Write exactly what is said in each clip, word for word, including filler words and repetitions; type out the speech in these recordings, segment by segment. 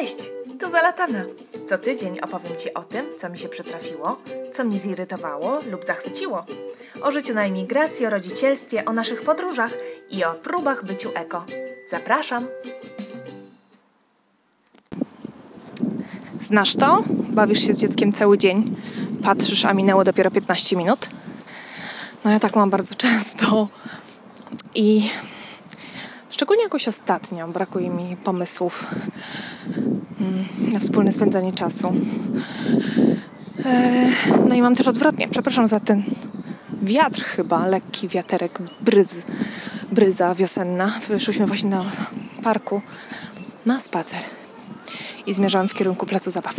Cześć, tu Zalatana. Co tydzień opowiem Ci o tym, co mi się przytrafiło, co mnie zirytowało lub zachwyciło. O życiu na emigracji, o rodzicielstwie, o naszych podróżach i o próbach byciu eko. Zapraszam! Znasz to? Bawisz się z dzieckiem cały dzień, patrzysz, a minęło dopiero piętnaście minut? No ja tak mam bardzo często i szczególnie jakoś ostatnio brakuje mi pomysłów na wspólne spędzanie czasu. No i mam też odwrotnie. Przepraszam za ten wiatr chyba, lekki wiaterek, bryz, bryza wiosenna. Wyszłyśmy właśnie na parku na spacer i zmierzałam w kierunku placu zabaw.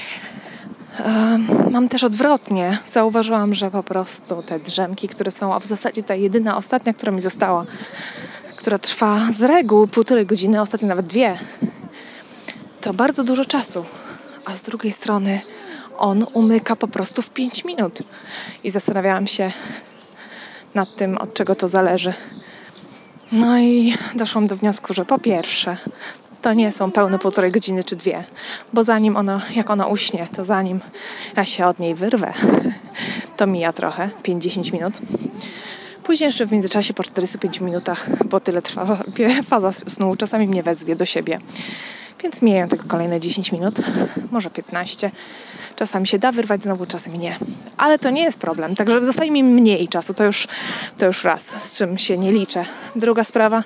Mam też odwrotnie. Zauważyłam, że po prostu te drzemki, które są, a w zasadzie ta jedyna, ostatnia, która mi została, która trwa z reguły półtorej godziny, ostatnio nawet dwie, to bardzo dużo czasu. A z drugiej strony on umyka po prostu w pięć minut. I zastanawiałam się nad tym, od czego to zależy. No i doszłam do wniosku, że po pierwsze, to nie są pełne półtorej godziny czy dwie, bo zanim ona, jak ona uśnie, to zanim ja się od niej wyrwę, to mija trochę, pięć do dziesięciu minut. Później jeszcze w międzyczasie po czterdziestu pięciu minutach, bo tyle trwa faza snu, czasami mnie wezwie do siebie. Więc mijają tego kolejne dziesięć minut, może piętnaście. Czasami się da wyrwać znowu, czasami nie. Ale to nie jest problem, także zostaje mi mniej czasu, to już, to już raz, z czym się nie liczę. Druga sprawa,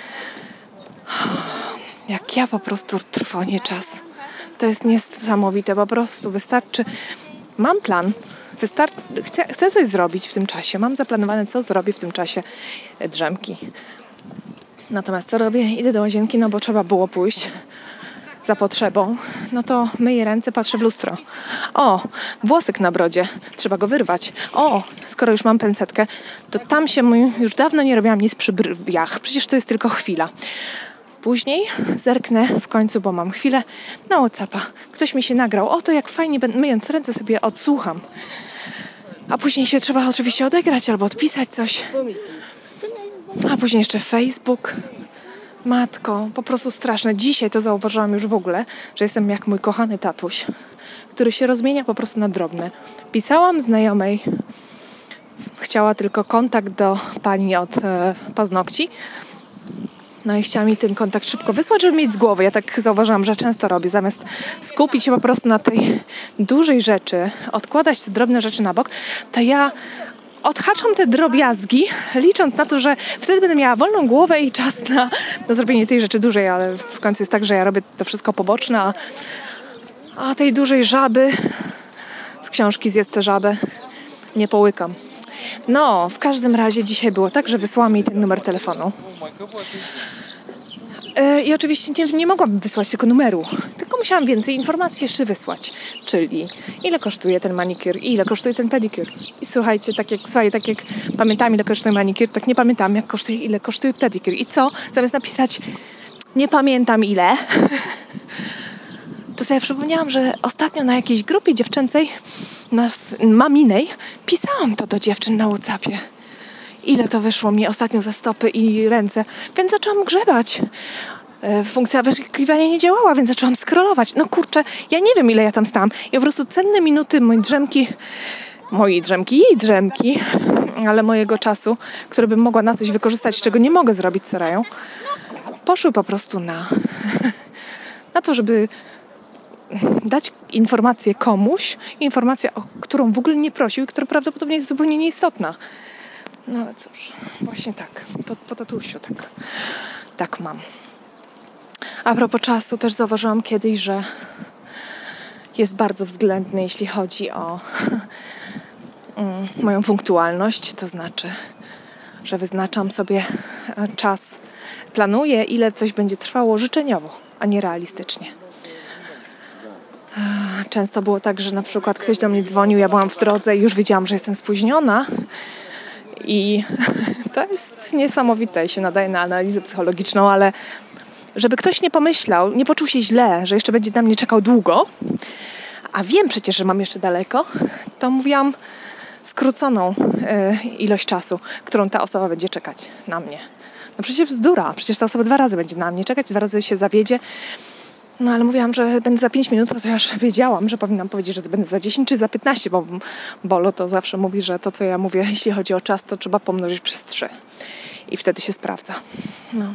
jak ja po prostu trwonię czas. To jest niesamowite, po prostu wystarczy, mam plan, wystarczy, chcę, chcę coś zrobić w tym czasie, mam zaplanowane, co zrobię w tym czasie drzemki. Natomiast co robię? Idę do łazienki, no bo trzeba było pójść za potrzebą, no to myję ręce, patrzę w lustro. O, włosek na brodzie, trzeba go wyrwać. O, skoro już mam pensetkę, to tam się mój, już dawno nie robiłam nic przy brwiach, przecież to jest tylko chwila. Później zerknę w końcu, bo mam chwilę, na WhatsAppa. Ktoś mi się nagrał, o to jak fajnie, myjąc ręce sobie odsłucham. A później się trzeba oczywiście odegrać albo odpisać coś. A później jeszcze Facebook. Matko, po prostu straszne. Dzisiaj to zauważyłam już w ogóle, że jestem jak mój kochany tatuś, który się rozmienia po prostu na drobne. Pisałam znajomej, chciała tylko kontakt do pani od e, paznokci. No i chciała mi ten kontakt szybko wysłać, żeby mieć z głowy. Ja tak zauważyłam, że często robię. Zamiast skupić się po prostu na tej dużej rzeczy, odkładać te drobne rzeczy na bok, to ja odhaczam te drobiazgi, licząc na to, że wtedy będę miała wolną głowę i czas na, na zrobienie tej rzeczy dużej, ale w końcu jest tak, że ja robię to wszystko poboczne, a, a tej dużej żaby z książki Zjedz tę żabę nie połykam. No, w każdym razie dzisiaj było tak, że wysłałam jej ten numer telefonu. Yy, I oczywiście nie, nie mogłam wysłać tylko numeru, tylko musiałam więcej informacji jeszcze wysłać, czyli ile kosztuje ten manicure i ile kosztuje ten pedicure. I słuchajcie, tak jak, słuchaj, tak jak pamiętam ile kosztuje manicure, tak nie pamiętam jak kosztuje, ile kosztuje pedicure. I co? Zamiast napisać nie pamiętam ile, to sobie przypomniałam, że ostatnio na jakiejś grupie dziewczęcej, nas, maminej, pisałam to do dziewczyn na WhatsAppie. Ile to wyszło mi ostatnio za stopy i ręce, więc zaczęłam grzebać. Funkcja wyszukiwania nie działała, więc zaczęłam scrollować. No kurczę, ja nie wiem ile ja tam stałam. I po prostu cenne minuty mojej drzemki, mojej drzemki, jej drzemki, ale mojego czasu, który bym mogła na coś wykorzystać, czego nie mogę zrobić Sarają, poszły po prostu na, na to, żeby dać informację komuś, informację, o którą w ogóle nie prosił i która prawdopodobnie jest zupełnie nieistotna. No ale cóż, właśnie tak, to po tatusiu tak, tak mam. A propos czasu, też zauważyłam kiedyś, że jest bardzo względny, jeśli chodzi o um, moją punktualność, to znaczy, że wyznaczam sobie czas, planuję, ile coś będzie trwało życzeniowo, a nie realistycznie. Często było tak, że na przykład ktoś do mnie dzwonił, ja byłam w drodze i już wiedziałam, że jestem spóźniona i to jest niesamowite i się nadaje na analizę psychologiczną, ale żeby ktoś nie pomyślał, nie poczuł się źle, że jeszcze będzie na mnie czekał długo, a wiem przecież, że mam jeszcze daleko, to mówiłam skróconą y, ilość czasu, którą ta osoba będzie czekać na mnie. No przecież bzdura, przecież ta osoba dwa razy będzie na mnie czekać, dwa razy się zawiedzie No ale mówiłam, że będę za pięć minut, to ja już wiedziałam, że powinnam powiedzieć, że będę za dziesięć czy za piętnaście, bo Bolo to zawsze mówi, że to, co ja mówię, jeśli chodzi o czas, to trzeba pomnożyć przez trzy. I wtedy się sprawdza. No.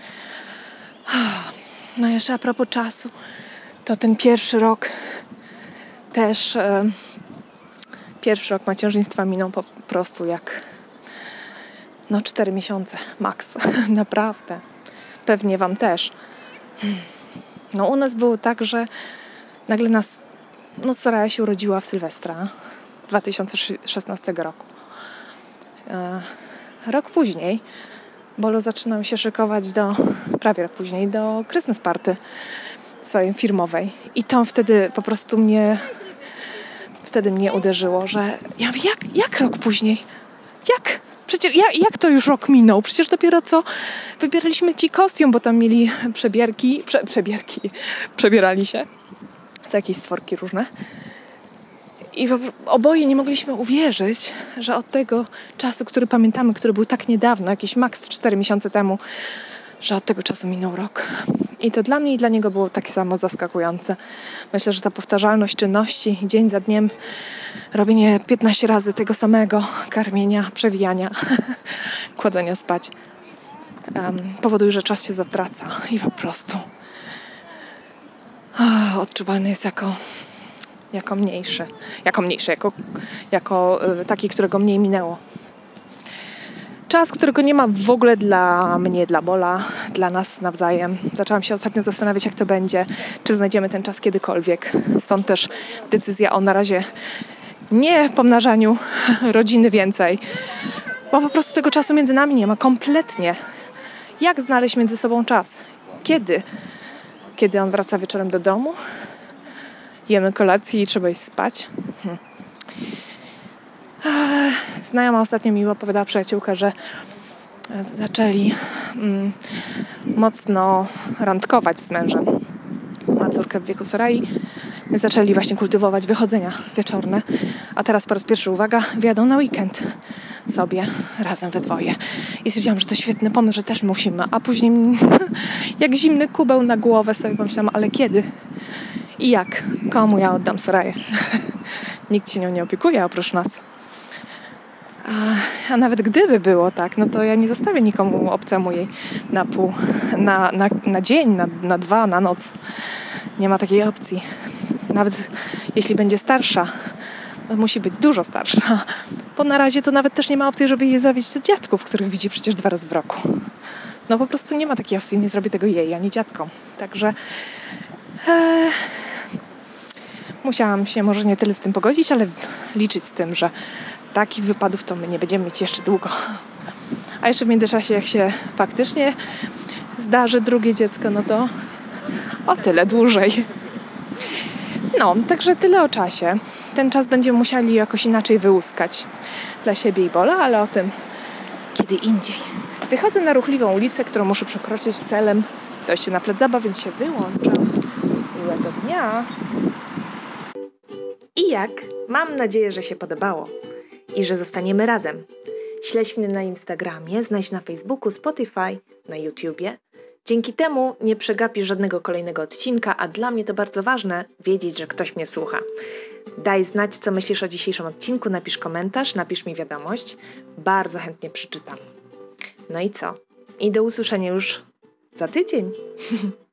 No jeszcze a propos czasu, to ten pierwszy rok też, e, pierwszy rok macierzyństwa minął po prostu jak no cztery miesiące max. Naprawdę. Pewnie wam też. No u nas było tak, że nagle nas, no Soraya się urodziła w Sylwestra dwa tysiące szesnastego roku. E, rok później Bolo zaczynał się szykować do, prawie rok później, do Christmas Party swojej firmowej. I tam wtedy po prostu mnie, wtedy mnie uderzyło, że ja mówię, jak, jak rok później? Jak? Przecież jak, jak to już rok minął? Przecież dopiero co wybieraliśmy ci kostium, bo tam mieli przebierki, prze, przebierki, przebierali się za jakieś stworki różne. I oboje nie mogliśmy uwierzyć, że od tego czasu, który pamiętamy, który był tak niedawno, jakieś maks cztery miesiące temu, że od tego czasu minął rok. I to dla mnie i dla niego było tak samo zaskakujące. Myślę, że ta powtarzalność czynności, dzień za dniem, robienie piętnaście razy tego samego, karmienia, przewijania, kładzenia spać, um, powoduje, że czas się zatraca i po prostu oh, odczuwalny jest jako jako mniejszy, jako mniejszy, jako, jako y, taki, którego mniej minęło. Czas, którego nie ma w ogóle dla mnie, dla Bola, dla nas nawzajem. Zaczęłam się ostatnio zastanawiać, jak to będzie, czy znajdziemy ten czas kiedykolwiek. Stąd też decyzja o na razie nie pomnażaniu rodziny więcej, bo po prostu tego czasu między nami nie ma kompletnie. Jak znaleźć między sobą czas? Kiedy? Kiedy on wraca wieczorem do domu? Jemy kolację i trzeba iść spać. Hm. Znajoma ostatnio mi opowiadała przyjaciółka, że zaczęli mm, mocno randkować z mężem. Ma córkę w wieku Sorai. Zaczęli właśnie kultywować wychodzenia wieczorne. A teraz po raz pierwszy, uwaga, wjadą na weekend sobie razem we dwoje. I stwierdziłam, że to świetny pomysł, że też musimy. A później jak zimny kubeł na głowę sobie pomyślałam, ale kiedy? I jak? Komu ja oddam Soraję? Nikt się nią nie opiekuje oprócz nas. A, a nawet gdyby było tak, no to ja nie zostawię nikomu obcemu jej na pół, na, na, na dzień, na, na dwa, na noc. Nie ma takiej opcji. Nawet jeśli będzie starsza, to musi być dużo starsza. Bo na razie to nawet też nie ma opcji, żeby jej zawieźć do dziadków, których widzi przecież dwa razy w roku. No po prostu nie ma takiej opcji, nie zrobię tego jej, ani dziadkom. Także e, musiałam się może nie tyle z tym pogodzić, ale liczyć z tym, że takich wypadów to my nie będziemy mieć jeszcze długo. A jeszcze w międzyczasie, jak się faktycznie zdarzy drugie dziecko, no to o tyle dłużej. No, także tyle o czasie. Ten czas będziemy musieli jakoś inaczej wyłuskać dla siebie i Bola, ale o tym kiedy indziej. Wychodzę na ruchliwą ulicę, którą muszę przekroczyć celem dojścia na plac zabaw, więc się wyłączam. Miłego dnia. I jak? Mam nadzieję, że się podobało i że zostaniemy razem. Śledź mnie na Instagramie, znajdź na Facebooku, Spotify, na YouTubie. Dzięki temu nie przegapisz żadnego kolejnego odcinka, a dla mnie to bardzo ważne wiedzieć, że ktoś mnie słucha. Daj znać, co myślisz o dzisiejszym odcinku, napisz komentarz, napisz mi wiadomość. Bardzo chętnie przeczytam. No i co? I do usłyszenia już za tydzień.